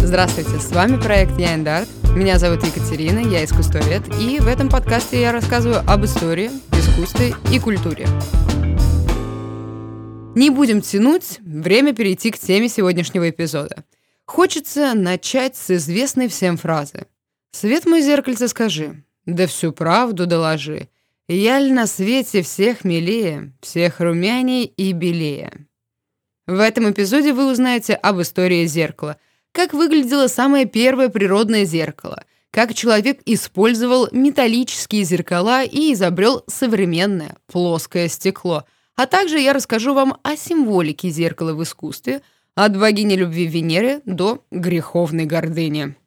Здравствуйте, с вами проект «Я Эндарт». Меня зовут Екатерина, я искусствовед, и в этом подкасте я рассказываю об истории, искусстве и культуре. Не будем тянуть, время перейти к теме сегодняшнего эпизода. Хочется начать с известной всем фразы. «Свет мой зеркальце скажи, да всю правду доложи. Яль на свете всех милее, всех румяней и белее». В этом эпизоде вы узнаете об истории зеркала, как выглядело самое первое природное зеркало, как человек использовал металлические зеркала и изобрел современное плоское стекло, а также я расскажу вам о символике зеркала в искусстве, от богини любви Венеры до греховной гордыни.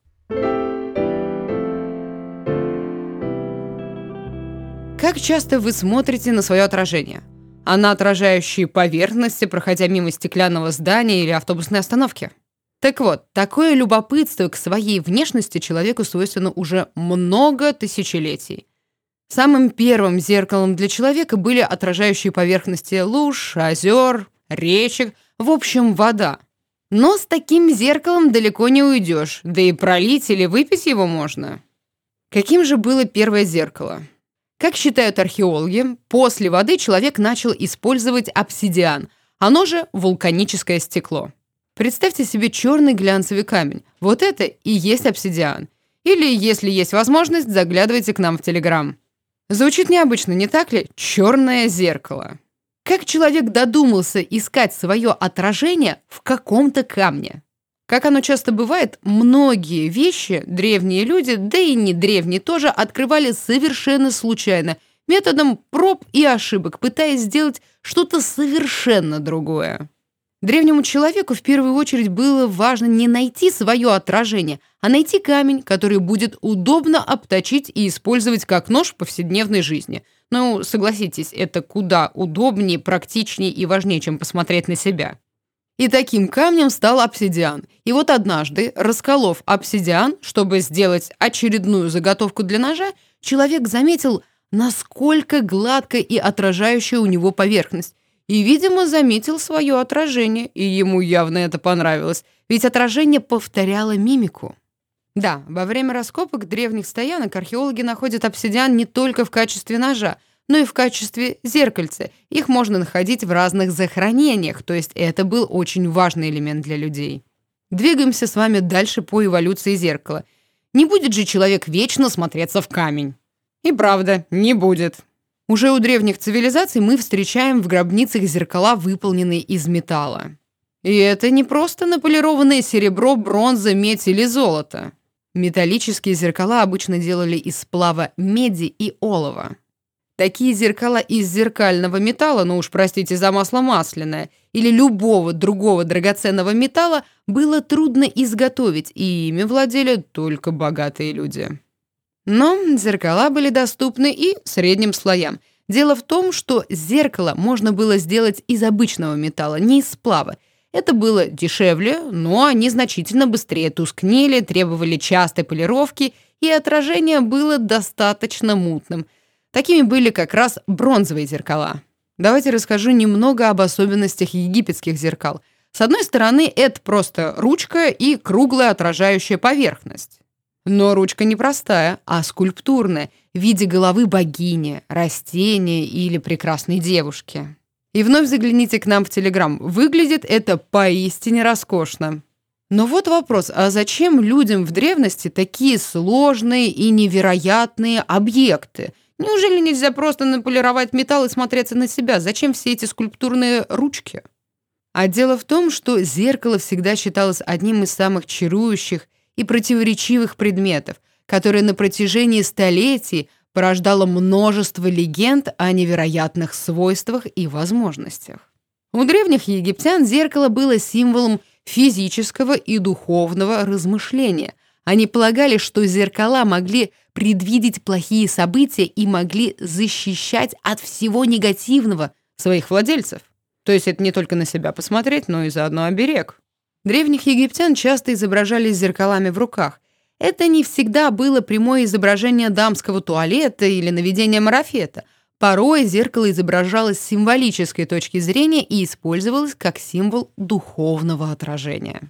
Как часто вы смотрите на свое отражение? А на отражающие поверхности, проходя мимо стеклянного здания или автобусной остановки? Так вот, такое любопытство к своей внешности человеку свойственно уже много тысячелетий. Самым первым зеркалом для человека были отражающие поверхности луж, озер, речек, в общем, вода. Но с таким зеркалом далеко не уйдешь, да и пролить или выпить его можно. Каким же было первое зеркало? Как считают археологи, после воды человек начал использовать обсидиан, оно же вулканическое стекло. Представьте себе черный глянцевый камень. Вот это и есть обсидиан. Или, если есть возможность, заглядывайте к нам в Телеграм. Звучит необычно, не так ли? Черное зеркало. Как человек додумался искать свое отражение в каком-то камне? Как оно часто бывает, многие вещи древние люди, да и не древние тоже, открывали совершенно случайно, методом проб и ошибок, пытаясь сделать что-то совершенно другое. Древнему человеку в первую очередь было важно не найти свое отражение, а найти камень, который будет удобно обточить и использовать как нож в повседневной жизни. Ну, согласитесь, это куда удобнее, практичнее и важнее, чем посмотреть на себя. И таким камнем стал обсидиан. И вот однажды, расколов обсидиан, чтобы сделать очередную заготовку для ножа, человек заметил, насколько гладкая и отражающая у него поверхность. И, видимо, заметил свое отражение, и ему явно это понравилось, ведь отражение повторяло мимику. Да, во время раскопок древних стоянок археологи находят обсидиан не только в качестве ножа, но и в качестве зеркальца. Их можно находить в разных захоронениях, то есть это был очень важный элемент для людей. Двигаемся с вами дальше по эволюции зеркала. Не будет же человек вечно смотреться в камень. И правда, не будет. Уже у древних цивилизаций мы встречаем в гробницах зеркала, выполненные из металла. И это не просто наполированное серебро, бронза, медь или золото. Металлические зеркала обычно делали из сплава меди и олова. Такие зеркала из зеркального металла, ну уж простите за масло масляное, или любого другого драгоценного металла было трудно изготовить, и ими владели только богатые люди. Но зеркала были доступны и средним слоям. Дело в том, что зеркало можно было сделать из обычного металла, не из сплава. Это было дешевле, но они значительно быстрее тускнели, требовали частой полировки, и отражение было достаточно мутным. Такими были как раз бронзовые зеркала. Давайте расскажу немного об особенностях египетских зеркал. С одной стороны, это просто ручка и круглая отражающая поверхность. Но ручка не простая, а скульптурная, в виде головы богини, растения или прекрасной девушки. И вновь загляните к нам в Телеграм. Выглядит это поистине роскошно. Но вот вопрос, а зачем людям в древности такие сложные и невероятные объекты? Неужели нельзя просто наполировать металл и смотреться на себя? Зачем все эти скульптурные ручки? А дело в том, что зеркало всегда считалось одним из самых чарующих и противоречивых предметов, которое на протяжении столетий порождало множество легенд о невероятных свойствах и возможностях. У древних египтян зеркало было символом физического и духовного размышления. Они полагали, что зеркала могли предвидеть плохие события и могли защищать от всего негативного своих владельцев. То есть это не только на себя посмотреть, но и заодно оберег. Древних египтян часто изображали с зеркалами в руках. Это не всегда было прямое изображение дамского туалета или наведения марафета. Порой зеркало изображалось с символической точки зрения и использовалось как символ духовного отражения.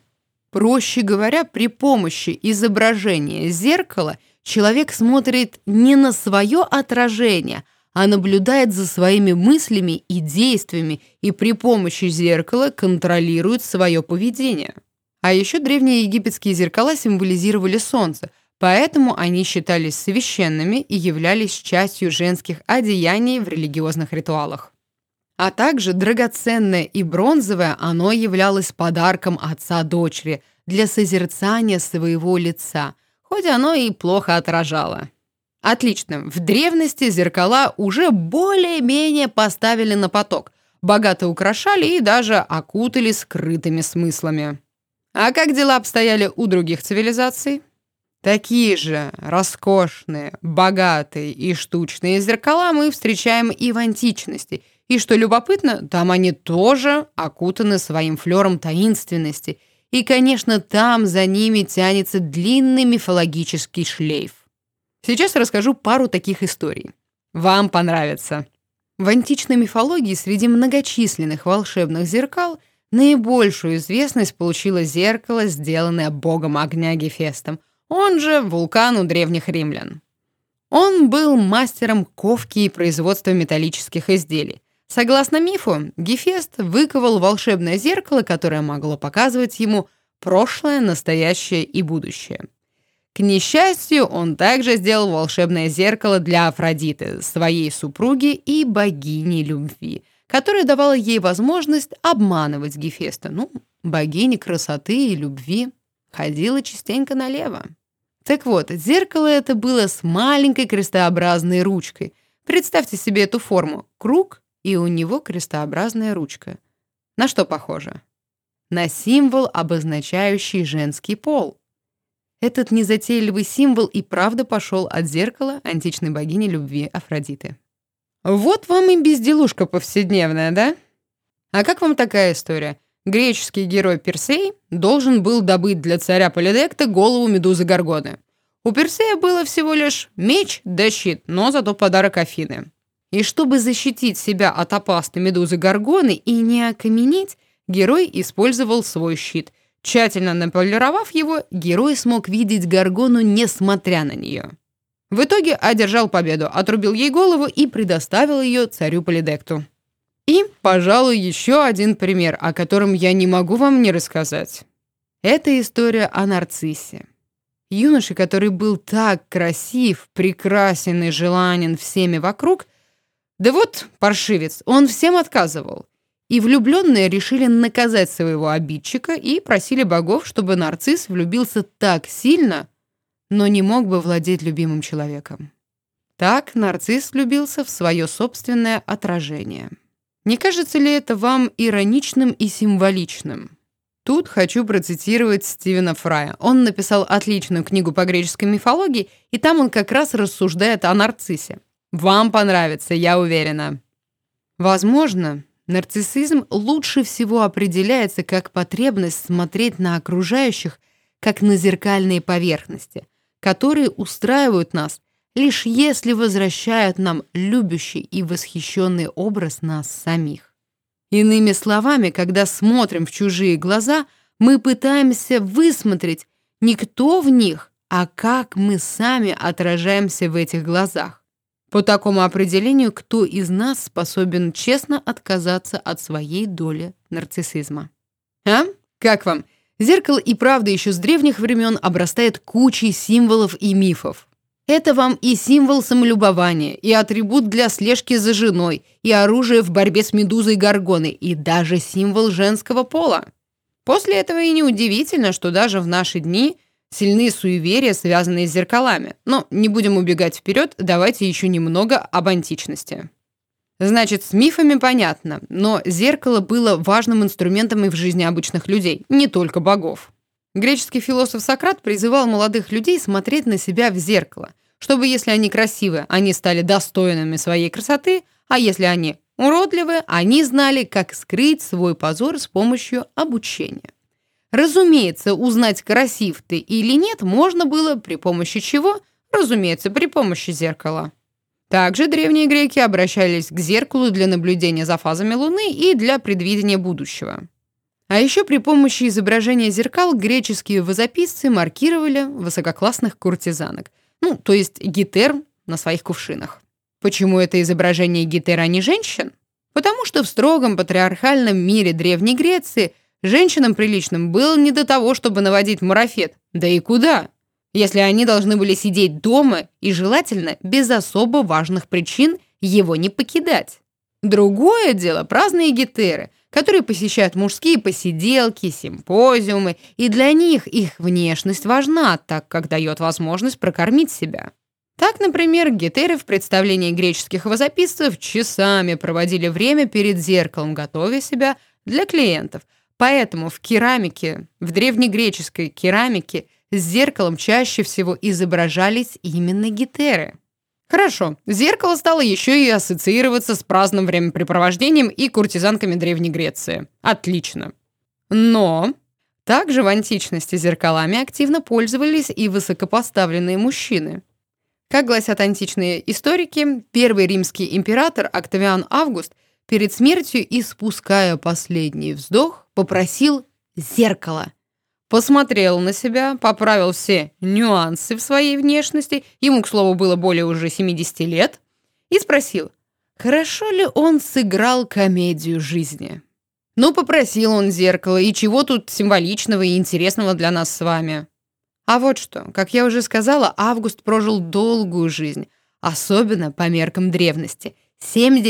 Проще говоря, при помощи изображения зеркала человек смотрит не на свое отражение, а наблюдает за своими мыслями и действиями и при помощи зеркала контролирует свое поведение. А еще древние египетские зеркала символизировали солнце, поэтому они считались священными и являлись частью женских одеяний в религиозных ритуалах. А также драгоценное и бронзовое оно являлось подарком отца дочери для созерцания своего лица, хоть оно и плохо отражало. Отлично, в древности зеркала уже более-менее поставили на поток, богато украшали и даже окутали скрытыми смыслами. А как дела обстояли у других цивилизаций? Такие же роскошные, богатые и штучные зеркала мы встречаем и в античности. И что любопытно, там они тоже окутаны своим флером таинственности. И, конечно, там за ними тянется длинный мифологический шлейф. Сейчас расскажу пару таких историй. Вам понравится. В античной мифологии среди многочисленных волшебных зеркал наибольшую известность получило зеркало, сделанное богом огня Гефестом, он же вулкан у древних римлян. Он был мастером ковки и производства металлических изделий. Согласно мифу, Гефест выковал волшебное зеркало, которое могло показывать ему прошлое, настоящее и будущее. К несчастью, он также сделал волшебное зеркало для Афродиты, своей супруги и богини любви, которое давало ей возможность обманывать Гефеста. Богиня красоты и любви ходила частенько налево. Так вот, зеркало это было с маленькой крестообразной ручкой. Представьте себе эту форму. Круг, и у него крестообразная ручка. На что похоже? На символ, обозначающий женский пол. Этот незатейливый символ и правда пошел от зеркала античной богини любви Афродиты. Вот вам и безделушка повседневная, да? А как вам такая история? Греческий герой Персей должен был добыть для царя Полидекта голову медузы Горгоны. У Персея было всего лишь меч да щит, но зато подарок Афины. И чтобы защитить себя от опасной медузы Горгоны и не окаменеть, герой использовал свой щит. Тщательно наполировав его, герой смог видеть Горгону, несмотря на нее. В итоге одержал победу, отрубил ей голову и предоставил ее царю Полидекту. И, пожалуй, еще один пример, о котором я не могу вам не рассказать. Это история о нарциссе. Юноше, который был так красив, прекрасен и желанен всеми вокруг, да вот паршивец, он всем отказывал. И влюбленные решили наказать своего обидчика и просили богов, чтобы нарцисс влюбился так сильно, но не мог бы владеть любимым человеком. Так нарцисс влюбился в свое собственное отражение. Не кажется ли это вам ироничным и символичным? Тут хочу процитировать Стивена Фрая. Он написал отличную книгу по греческой мифологии, и там он как раз рассуждает о нарциссе. Вам понравится, я уверена. Возможно, нарциссизм лучше всего определяется как потребность смотреть на окружающих, как на зеркальные поверхности, которые устраивают нас, лишь если возвращают нам любящий и восхищенный образ нас самих. Иными словами, когда смотрим в чужие глаза, мы пытаемся высмотреть не кто в них, а как мы сами отражаемся в этих глазах. По такому определению, кто из нас способен честно отказаться от своей доли нарциссизма? А? Как вам? Зеркало и правда еще с древних времен обрастает кучей символов и мифов. Это вам и символ самолюбования, и атрибут для слежки за женой, и оружие в борьбе с медузой Горгоной, и даже символ женского пола. После этого и неудивительно, что даже в наши дни сильны суеверия, связанные с зеркалами. Но не будем убегать вперед, давайте еще немного об античности. Значит, с мифами понятно, но зеркало было важным инструментом и в жизни обычных людей, не только богов. Греческий философ Сократ призывал молодых людей смотреть на себя в зеркало, чтобы, если они красивы, они стали достойными своей красоты, а если они уродливы, они знали, как скрыть свой позор с помощью обучения. Разумеется, узнать, красив ты или нет, можно было при помощи чего? Разумеется, при помощи зеркала. Также древние греки обращались к зеркалу для наблюдения за фазами Луны и для предвидения будущего. А еще при помощи изображения зеркал греческие возописцы маркировали высококлассных куртизанок, то есть гетер на своих кувшинах. Почему это изображение гетер, а не женщин? Потому что в строгом патриархальном мире Древней Греции женщинам приличным было не до того, чтобы наводить марафет. Да и куда? Если они должны были сидеть дома и, желательно, без особо важных причин его не покидать. Другое дело праздные гетеры, которые посещают мужские посиделки, симпозиумы, и для них их внешность важна, так как дает возможность прокормить себя. Так, например, гетеры в представлении греческих возописцев часами проводили время перед зеркалом, готовя себя для клиентов. Поэтому в керамике, в древнегреческой керамике, с зеркалом чаще всего изображались именно гетеры. Хорошо, зеркало стало еще и ассоциироваться с праздным времяпрепровождением и куртизанками Древней Греции. Отлично. Но также в античности зеркалами активно пользовались и высокопоставленные мужчины. Как гласят античные историки, первый римский император Октавиан Август перед смертью, испуская последний вздох, попросил зеркало. Посмотрел на себя, поправил все нюансы в своей внешности, ему, к слову, было более уже 70 лет, и спросил, хорошо ли он сыграл комедию жизни. Попросил он зеркало, и чего тут символичного и интересного для нас с вами? А вот что, как я уже сказала, Август прожил долгую жизнь, особенно по меркам древности –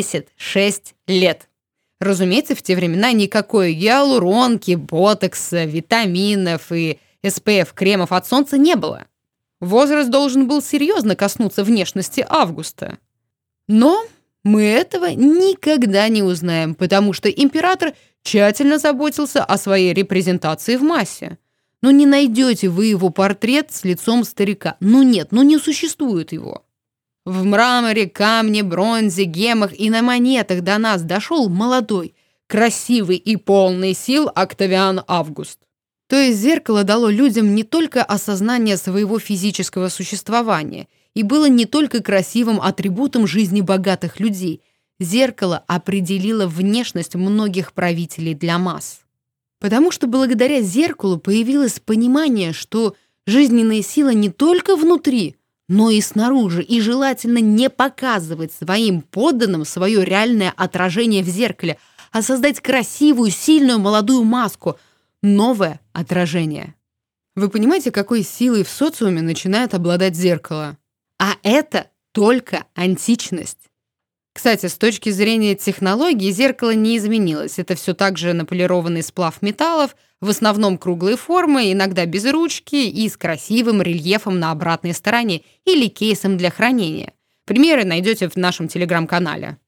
76 лет. Разумеется, в те времена никакой гиалуронки, ботокса, витаминов и SPF-кремов от солнца не было. Возраст должен был серьезно коснуться внешности Августа. Но мы этого никогда не узнаем, потому что император тщательно заботился о своей репрезентации в массе. Не найдете вы его портрет с лицом старика. Не существует его. В мраморе, камне, бронзе, гемах и на монетах до нас дошел молодой, красивый и полный сил Октавиан Август. То есть зеркало дало людям не только осознание своего физического существования и было не только красивым атрибутом жизни богатых людей. Зеркало определило внешность многих правителей для масс. Потому что благодаря зеркалу появилось понимание, что жизненная сила не только внутри, но и снаружи, и желательно не показывать своим подданным свое реальное отражение в зеркале, а создать красивую, сильную молодую маску, новое отражение. Вы понимаете, какой силой в социуме начинает обладать зеркало? А это только античность. Кстати, с точки зрения технологии зеркало не изменилось. Это все так же наполированный сплав металлов, в основном круглые формы, иногда без ручки и с красивым рельефом на обратной стороне или кейсом для хранения. Примеры найдете в нашем телеграм-канале.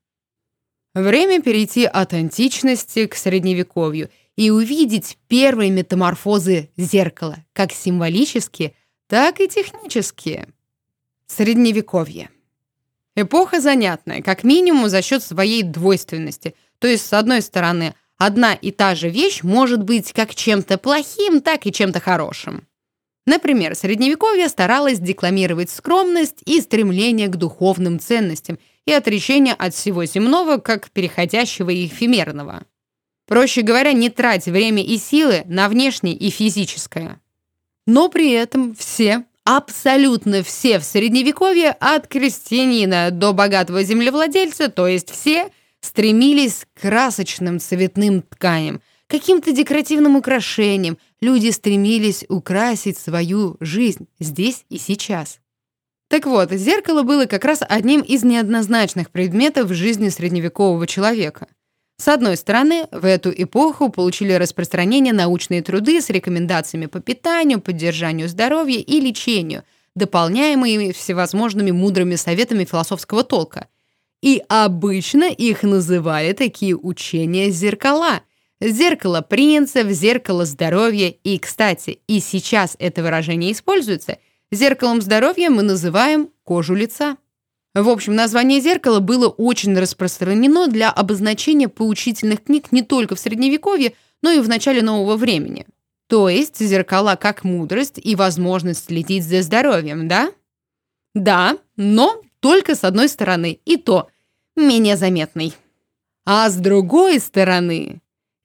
Время перейти от античности к средневековью и увидеть первые метаморфозы зеркала, как символические, так и технические. Средневековье. Эпоха занятная, как минимум за счет своей двойственности. То есть, с одной стороны, одна и та же вещь может быть как чем-то плохим, так и чем-то хорошим. Например, Средневековье старалось декламировать скромность и стремление к духовным ценностям и отречение от всего земного, как переходящего и эфемерного. Проще говоря, не трать время и силы на внешнее и физическое. Но при этом все, абсолютно все в Средневековье, от крестьянина до богатого землевладельца, то есть все, стремились к красочным цветным тканям, каким-то декоративным украшениям. Люди стремились украсить свою жизнь здесь и сейчас. Так вот, зеркало было как раз одним из неоднозначных предметов в жизни средневекового человека. С одной стороны, в эту эпоху получили распространение научные труды с рекомендациями по питанию, поддержанию здоровья и лечению, дополняемые всевозможными мудрыми советами философского толка. И обычно их называли такие учения зеркала. Зеркало принцев, зеркало здоровья. И, кстати, и сейчас это выражение используется. Зеркалом здоровья мы называем кожу лица. В общем, название зеркала было очень распространено для обозначения поучительных книг не только в Средневековье, но и в начале нового времени. То есть зеркала как мудрость и возможность следить за здоровьем, да? Да, но только с одной стороны, и то менее заметной. А с другой стороны,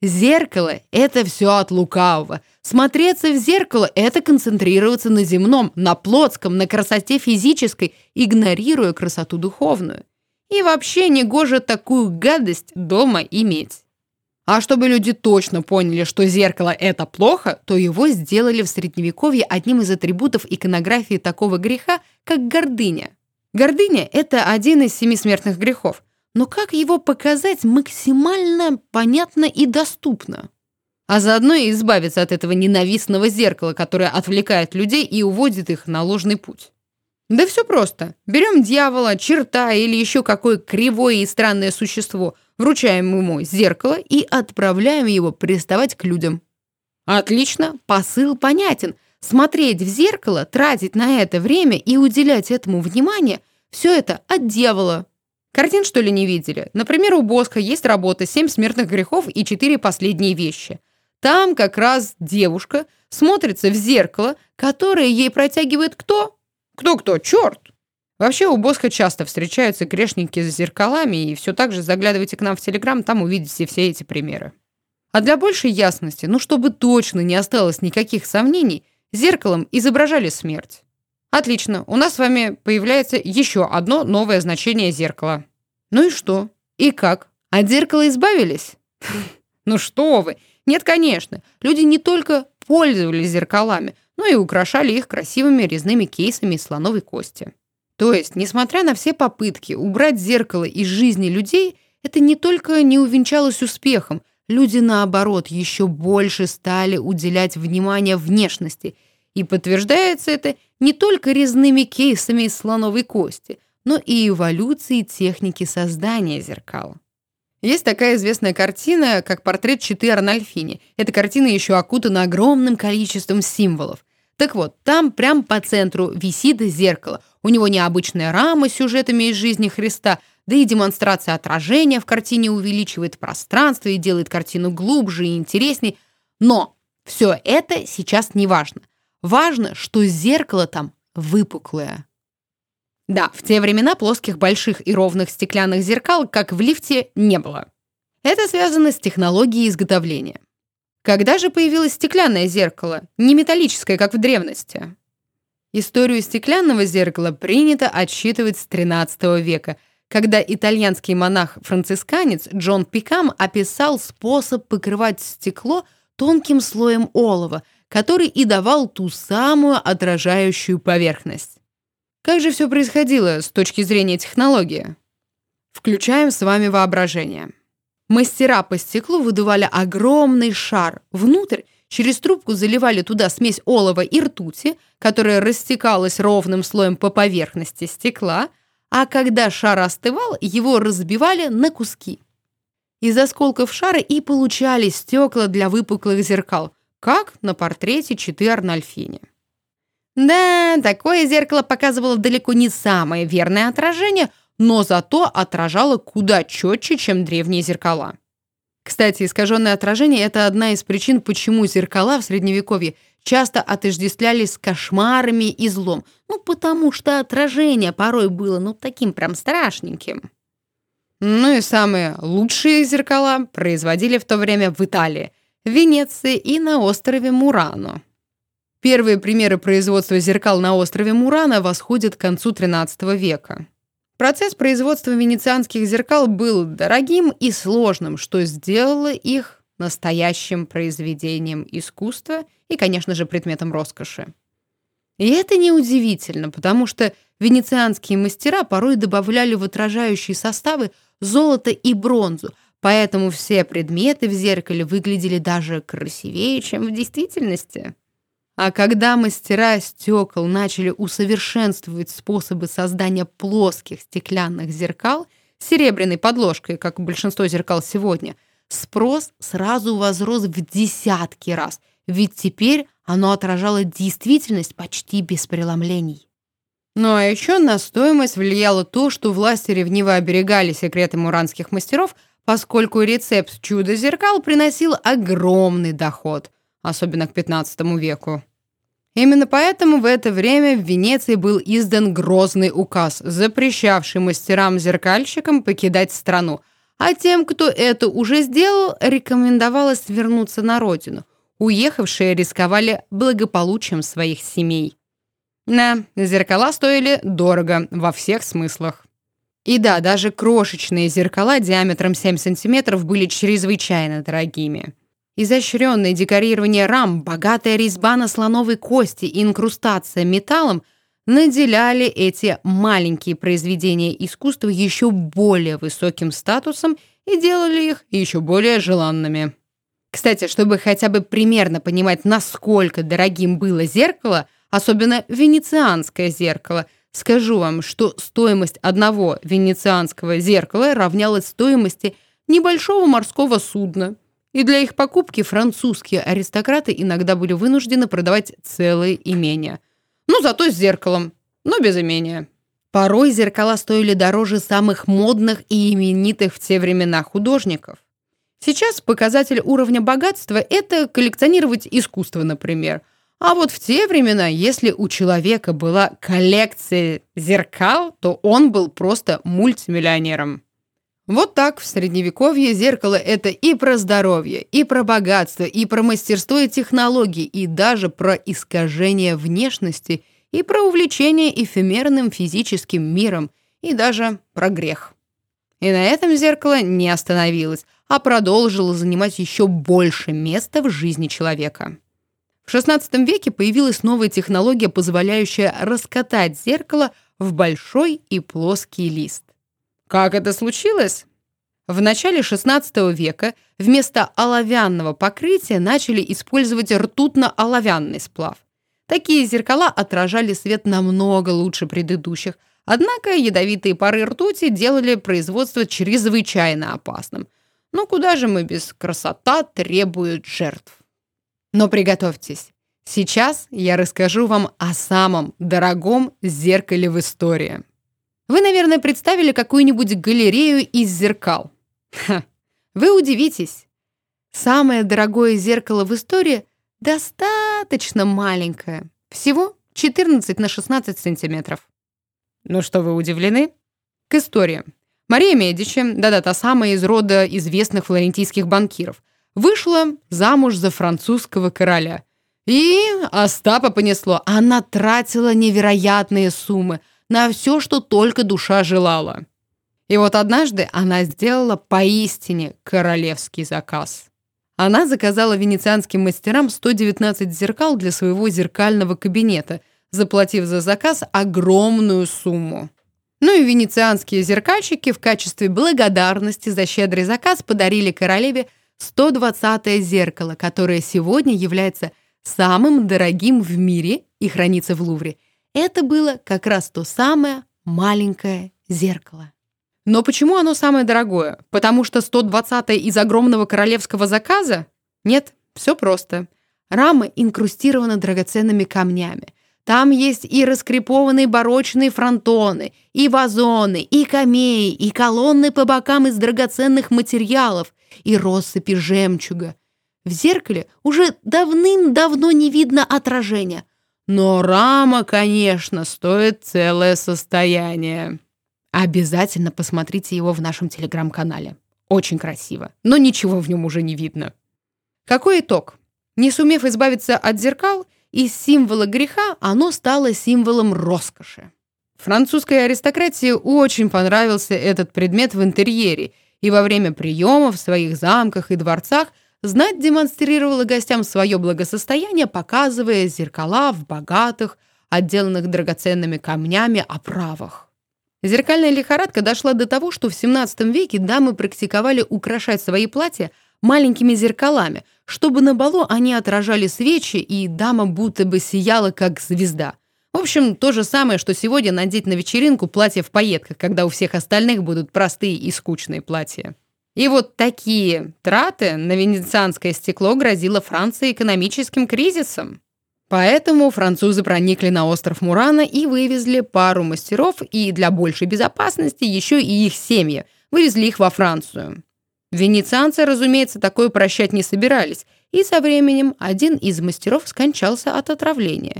Зеркало – это все от лукавого. Смотреться в зеркало – это концентрироваться на земном, на плотском, на красоте физической, игнорируя красоту духовную. И вообще негоже такую гадость дома иметь. А чтобы люди точно поняли, что зеркало – это плохо, то его сделали в Средневековье одним из атрибутов иконографии такого греха, как гордыня. Гордыня – это один из 7 смертных грехов. Но как его показать максимально понятно и доступно? А заодно и избавиться от этого ненавистного зеркала, которое отвлекает людей и уводит их на ложный путь. Да все просто. Берем дьявола, черта или еще какое кривое и странное существо, вручаем ему зеркало и отправляем его приставать к людям. Отлично, посыл понятен. Смотреть в зеркало, тратить на это время и уделять этому внимание – все это от дьявола. Картин, что ли, не видели? Например, у Босха есть работа «7 смертных грехов и 4 последние вещи». Там как раз девушка смотрится в зеркало, которое ей протягивает кто? Кто-кто? Черт! Вообще у Босха часто встречаются грешники с зеркалами, и все так же заглядывайте к нам в Телеграм, там увидите все эти примеры. А для большей ясности, чтобы точно не осталось никаких сомнений, зеркалом изображали смерть. Отлично, у нас с вами появляется еще одно новое значение зеркала. Ну и что? И как? От зеркала избавились? Ну что вы? Нет, конечно. Люди не только пользовались зеркалами, но и украшали их красивыми резными кейсами из слоновой кости. То есть, несмотря на все попытки убрать зеркало из жизни людей, это не только не увенчалось успехом, люди, наоборот, еще больше стали уделять внимание внешности. И подтверждается это не только резными кейсами из слоновой кости, но и эволюцией техники создания зеркал. Есть такая известная картина, как портрет Читы Арнольфини. Эта картина еще окутана огромным количеством символов. Так вот, там прям по центру висит зеркало. У него необычная рама с сюжетами из жизни Христа, да и демонстрация отражения в картине увеличивает пространство и делает картину глубже и интересней. Но все это сейчас не важно. Важно, что зеркало там выпуклое. Да, в те времена плоских, больших и ровных стеклянных зеркал, как в лифте, не было. Это связано с технологией изготовления. Когда же появилось стеклянное зеркало, не металлическое, как в древности? Историю стеклянного зеркала принято отсчитывать с XIII века, когда итальянский монах-францисканец Джон Пикам описал способ покрывать стекло тонким слоем олова, который и давал ту самую отражающую поверхность. Как же все происходило с точки зрения технологии? Включаем с вами воображение. Мастера по стеклу выдували огромный шар. Внутрь через трубку заливали туда смесь олова и ртути, которая растекалась ровным слоем по поверхности стекла, а когда шар остывал, его разбивали на куски. Из осколков шара и получались стекла для выпуклых зеркал, как на портрете Читы Арнольфини. Да, такое зеркало показывало далеко не самое верное отражение, но зато отражало куда четче, чем древние зеркала. Кстати, искаженное отражение – это одна из причин, почему зеркала в Средневековье часто отождествлялись с кошмарами и злом. Потому что отражение порой было, таким прям страшненьким. И самые лучшие зеркала производили в то время в Италии, в Венеции и на острове Мурано. Первые примеры производства зеркал на острове Мурано восходят к концу XIII века. Процесс производства венецианских зеркал был дорогим и сложным, что сделало их настоящим произведением искусства и, конечно же, предметом роскоши. И это неудивительно, потому что венецианские мастера порой добавляли в отражающие составы золото и бронзу, поэтому все предметы в зеркале выглядели даже красивее, чем в действительности. А когда мастера стекол начали усовершенствовать способы создания плоских стеклянных зеркал с серебряной подложкой, как большинство зеркал сегодня, спрос сразу возрос в десятки раз, ведь теперь оно отражало действительность почти без преломлений. А еще на стоимость влияло то, что власти ревниво оберегали секреты муранских мастеров, поскольку рецепт чудо-зеркал приносил огромный доход, особенно к XV веку. Именно поэтому в это время в Венеции был издан грозный указ, запрещавший мастерам-зеркальщикам покидать страну, А тем, кто это уже сделал, рекомендовалось вернуться на родину. Уехавшие рисковали благополучием своих семей. Да, зеркала стоили дорого во всех смыслах. И да, даже крошечные зеркала диаметром 7 сантиметров были чрезвычайно дорогими. Изощренное декорирование рам, богатая резьба на слоновой кости и инкрустация металлом наделяли эти маленькие произведения искусства еще более высоким статусом и делали их еще более желанными. Кстати, чтобы хотя бы примерно понимать, насколько дорогим было зеркало, особенно венецианское зеркало, скажу вам, что стоимость одного венецианского зеркала равнялась стоимости небольшого морского судна. И для их покупки французские аристократы иногда были вынуждены продавать целые имения. Ну, зато с зеркалом, но без имения. Порой зеркала стоили дороже самых модных и именитых в те времена художников. Сейчас показатель уровня богатства – это коллекционировать искусство, например. А вот в те времена, если у человека была коллекция зеркал, то он был просто мультимиллионером. Вот так в Средневековье зеркало – это и про здоровье, и про богатство, и про мастерство и технологии, и даже про искажение внешности, и про увлечение эфемерным физическим миром, и даже про грех. И на этом зеркало не остановилось, а продолжило занимать еще больше места в жизни человека. В XVI веке появилась новая технология, позволяющая раскатать зеркало в большой и плоский лист. Как это случилось? В начале XVI века вместо оловянного покрытия начали использовать ртутно-оловянный сплав. Такие зеркала отражали свет намного лучше предыдущих, однако ядовитые пары ртути делали производство чрезвычайно опасным. Но куда же мы без красота требует жертв? Но приготовьтесь. Сейчас я расскажу вам о самом дорогом зеркале в истории. Вы, наверное, представили какую-нибудь галерею из зеркал. Вы удивитесь. Самое дорогое зеркало в истории достаточно маленькое. Всего 14 на 16 сантиметров. Ну что, вы удивлены? К истории. Мария Медичи, да-да, та самая из рода известных флорентийских банкиров, вышла замуж за французского короля. И Остапа понесло. Она тратила невероятные суммы на все, что только душа желала. И вот однажды она сделала поистине королевский заказ. Она заказала венецианским мастерам 119 зеркал для своего зеркального кабинета, заплатив за заказ огромную сумму. Ну и венецианские зеркальщики в качестве благодарности за щедрый заказ подарили королеве 120-е зеркало, которое сегодня является самым дорогим в мире и хранится в Лувре. Это было как раз то самое маленькое зеркало. Но почему оно самое дорогое? Потому что 120-е из огромного королевского заказа? Нет, все просто. Рама инкрустирована драгоценными камнями. Там есть и раскрепованные барочные фронтоны, и вазоны, и камеи, и колонны по бокам из драгоценных материалов, и россыпи жемчуга. В зеркале уже давным-давно не видно отражения. Но рама, конечно, стоит целое состояние. Обязательно посмотрите его в нашем телеграм-канале. Очень красиво, но ничего в нем уже не видно. Какой итог? Не сумев избавиться от зеркал, из символа греха оно стало символом роскоши. Французской аристократии очень понравился этот предмет в интерьере, и во время приемов в своих замках и дворцах знать демонстрировала гостям свое благосостояние, показывая зеркала в богатых, отделанных драгоценными камнями оправах. Зеркальная лихорадка дошла до того, что в XVII веке дамы практиковали украшать свои платья маленькими зеркалами, чтобы на балу они отражали свечи, и дама будто бы сияла, как звезда. В общем, то же самое, что сегодня надеть на вечеринку платье в пайетках, когда у всех остальных будут простые и скучные платья. И вот такие траты на венецианское стекло грозило Франции экономическим кризисом. Поэтому французы проникли на остров Мурана и вывезли пару мастеров, и для большей безопасности еще и их семьи, вывезли их во Францию. Венецианцы, разумеется, такое прощать не собирались, и со временем один из мастеров скончался от отравления.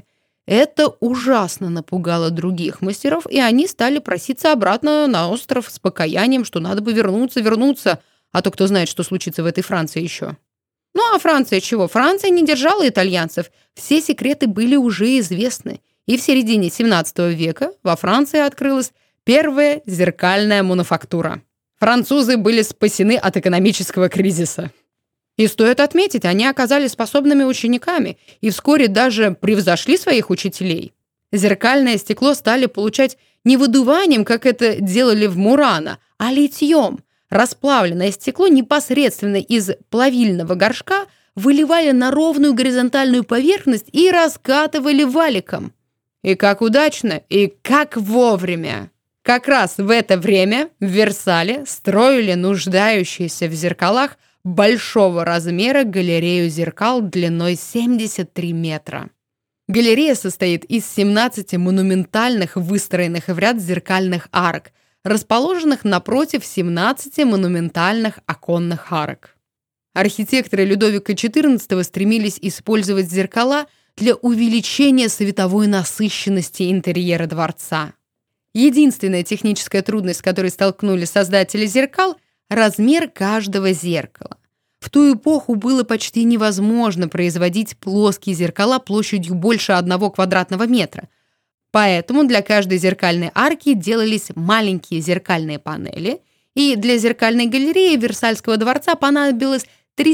Это ужасно напугало других мастеров, и они стали проситься обратно на остров с покаянием, что надо бы вернуться, а то кто знает, что случится в этой Франции еще. Ну а Франция чего? Франция не держала итальянцев. Все секреты были уже известны. И в середине 17 века во Франции открылась первая зеркальная мануфактура. Французы были спасены от экономического кризиса. И стоит отметить, они оказались способными учениками и вскоре даже превзошли своих учителей. Зеркальное стекло стали получать не выдуванием, как это делали в Мурано, а литьем. Расплавленное стекло непосредственно из плавильного горшка выливали на ровную горизонтальную поверхность и раскатывали валиком. И как удачно, и как вовремя. Как раз в это время в Версале строили нуждающиеся в зеркалах большого размера галерею зеркал длиной 73 метра. Галерея состоит из 17 монументальных, выстроенных в ряд зеркальных арок, расположенных напротив 17 монументальных оконных арок. Архитекторы Людовика XIV стремились использовать зеркала для увеличения световой насыщенности интерьера дворца. Единственная техническая трудность, с которой столкнулись создатели зеркал – размер каждого зеркала. В ту эпоху было почти невозможно производить плоские зеркала площадью больше 1 квадратного метра. Поэтому для каждой зеркальной арки делались маленькие зеркальные панели, и для зеркальной галереи Версальского дворца понадобилось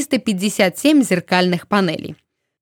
357 зеркальных панелей.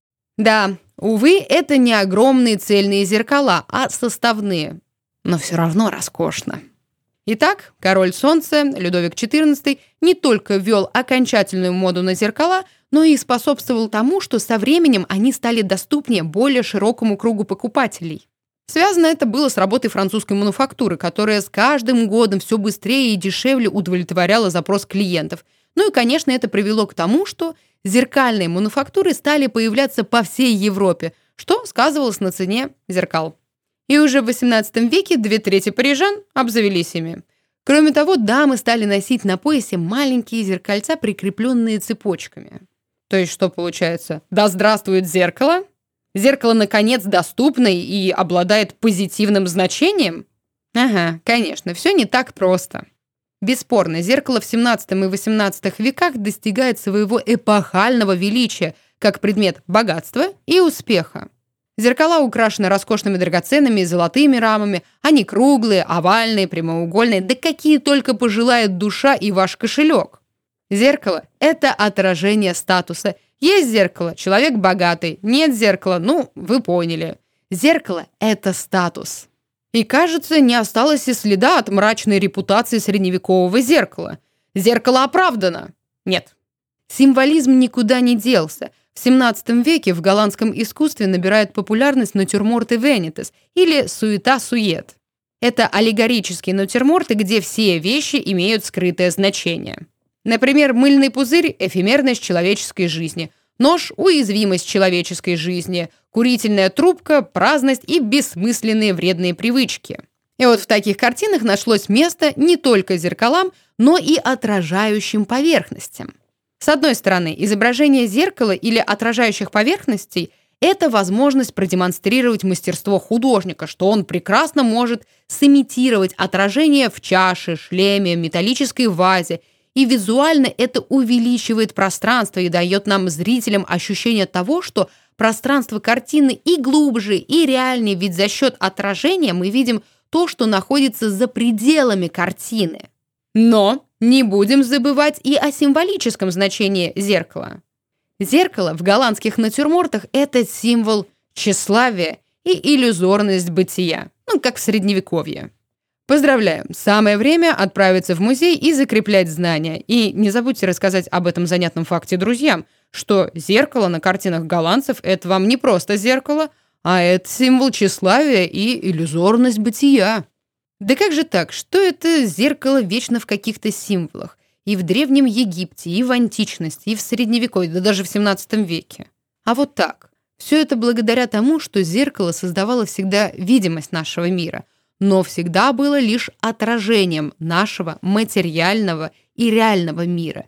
Да, увы, это не огромные цельные зеркала, а составные, но все равно роскошно. Итак, король солнца Людовик XIV не только ввел окончательную моду на зеркала, но и способствовал тому, что со временем они стали доступнее более широкому кругу покупателей. Связано это было с работой французской мануфактуры, которая с каждым годом все быстрее и дешевле удовлетворяла запрос клиентов. Ну и, конечно, это привело к тому, что зеркальные мануфактуры стали появляться по всей Европе, что сказывалось на цене зеркал. И уже в XVIII веке 2/3 парижан обзавелись ими. Кроме того, дамы стали носить на поясе маленькие зеркальца, прикрепленные цепочками. То есть что получается? Да здравствует зеркало! Зеркало, наконец, доступно и обладает позитивным значением? Ага, конечно, все не так просто. Бесспорно, зеркало в XVII и XVIII веках достигает своего эпохального величия как предмет богатства и успеха. Зеркала украшены роскошными драгоценными и золотыми рамами. Они круглые, овальные, прямоугольные, да какие только пожелает душа и ваш кошелек. Зеркало – это отражение статуса. Есть зеркало – человек богатый. Нет зеркала – ну, вы поняли. Зеркало – это статус. И, кажется, не осталось и следа от мрачной репутации средневекового зеркала. Зеркало оправдано. Нет. Символизм никуда не делся. В XVII веке в голландском искусстве набирают популярность натюрморты венитес или суета-сует. Это аллегорические натюрморты, где все вещи имеют скрытое значение. Например, мыльный пузырь – эфемерность человеческой жизни, нож – уязвимость человеческой жизни, курительная трубка – праздность и бессмысленные вредные привычки. И вот в таких картинах нашлось место не только зеркалам, но и отражающим поверхностям. С одной стороны, изображение зеркала или отражающих поверхностей – это возможность продемонстрировать мастерство художника, что он прекрасно может сымитировать отражение в чаше, шлеме, металлической вазе, и визуально это увеличивает пространство и дает нам, зрителям, ощущение того, что пространство картины и глубже, и реальнее, ведь за счет отражения мы видим то, что находится за пределами картины. Но не будем забывать и о символическом значении зеркала. Зеркало в голландских натюрмортах – это символ тщеславия и иллюзорность бытия, как в Средневековье. Поздравляю, самое время отправиться в музей и закреплять знания. И не забудьте рассказать об этом занятном факте друзьям, что зеркало на картинах голландцев – это вам не просто зеркало, а это символ тщеславия и иллюзорность бытия. Да как же так? Что это зеркало вечно в каких-то символах? И в Древнем Египте, и в античности, и в Средневековье, да даже в XVII веке. А вот так. Все это благодаря тому, что зеркало создавало всегда видимость нашего мира, но всегда было лишь отражением нашего материального и реального мира.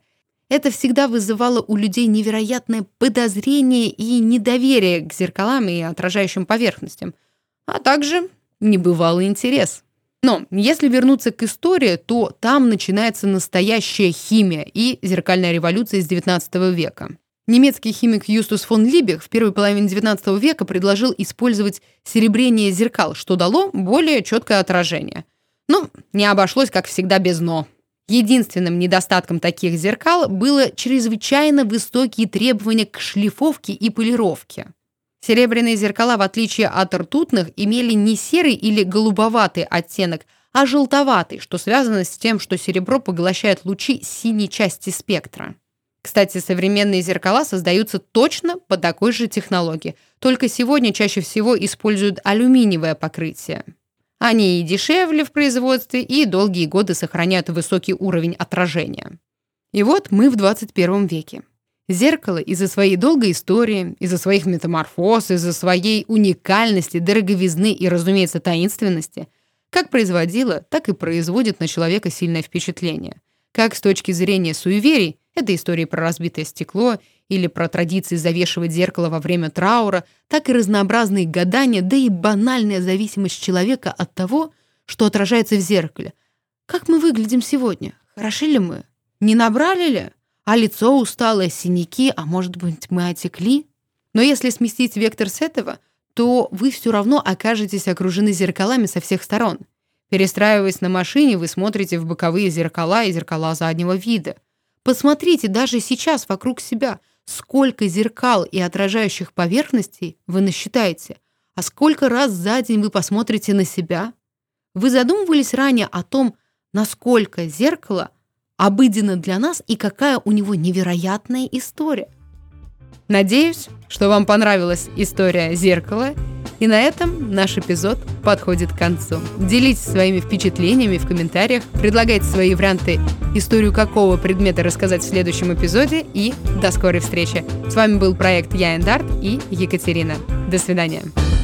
Это всегда вызывало у людей невероятное подозрение и недоверие к зеркалам и отражающим поверхностям, а также небывалый интерес. Но если вернуться к истории, то там начинается настоящая химия и зеркальная революция из XIX века. Немецкий химик Юстус фон Либех в первой половине XIX века предложил использовать серебрение зеркал, что дало более четкое отражение. Но не обошлось, как всегда, без «но». Единственным недостатком таких зеркал было чрезвычайно высокие требования к шлифовке и полировке. Серебряные зеркала, в отличие от ртутных, имели не серый или голубоватый оттенок, а желтоватый, что связано с тем, что серебро поглощает лучи синей части спектра. Кстати, современные зеркала создаются точно по такой же технологии, только сегодня чаще всего используют алюминиевое покрытие. Они и дешевле в производстве, и долгие годы сохраняют высокий уровень отражения. И вот мы в 21 веке. Зеркало из-за своей долгой истории, из-за своих метаморфоз, из-за своей уникальности, дороговизны и, разумеется, таинственности как производило, так и производит на человека сильное впечатление. Как с точки зрения суеверий, это истории про разбитое стекло или про традиции завешивать зеркало во время траура, так и разнообразные гадания, да и банальная зависимость человека от того, что отражается в зеркале. Как мы выглядим сегодня? Хороши ли мы? Не набрали ли? А лицо усталое, синяки, а может быть, мы отекли? Но если сместить вектор с этого, то вы все равно окажетесь окружены зеркалами со всех сторон. Перестраиваясь на машине, вы смотрите в боковые зеркала и зеркала заднего вида. Посмотрите даже сейчас вокруг себя, сколько зеркал и отражающих поверхностей вы насчитаете, а сколько раз за день вы посмотрите на себя. Вы задумывались ранее о том, насколько зеркало обыденно для нас и какая у него невероятная история? Надеюсь, что вам понравилась история зеркала, и на этом наш эпизод подходит к концу. Делитесь своими впечатлениями в комментариях, предлагайте свои варианты, историю какого предмета рассказать в следующем эпизоде, и до скорой встречи. С вами был проект Я Эндарт и Екатерина. До свидания.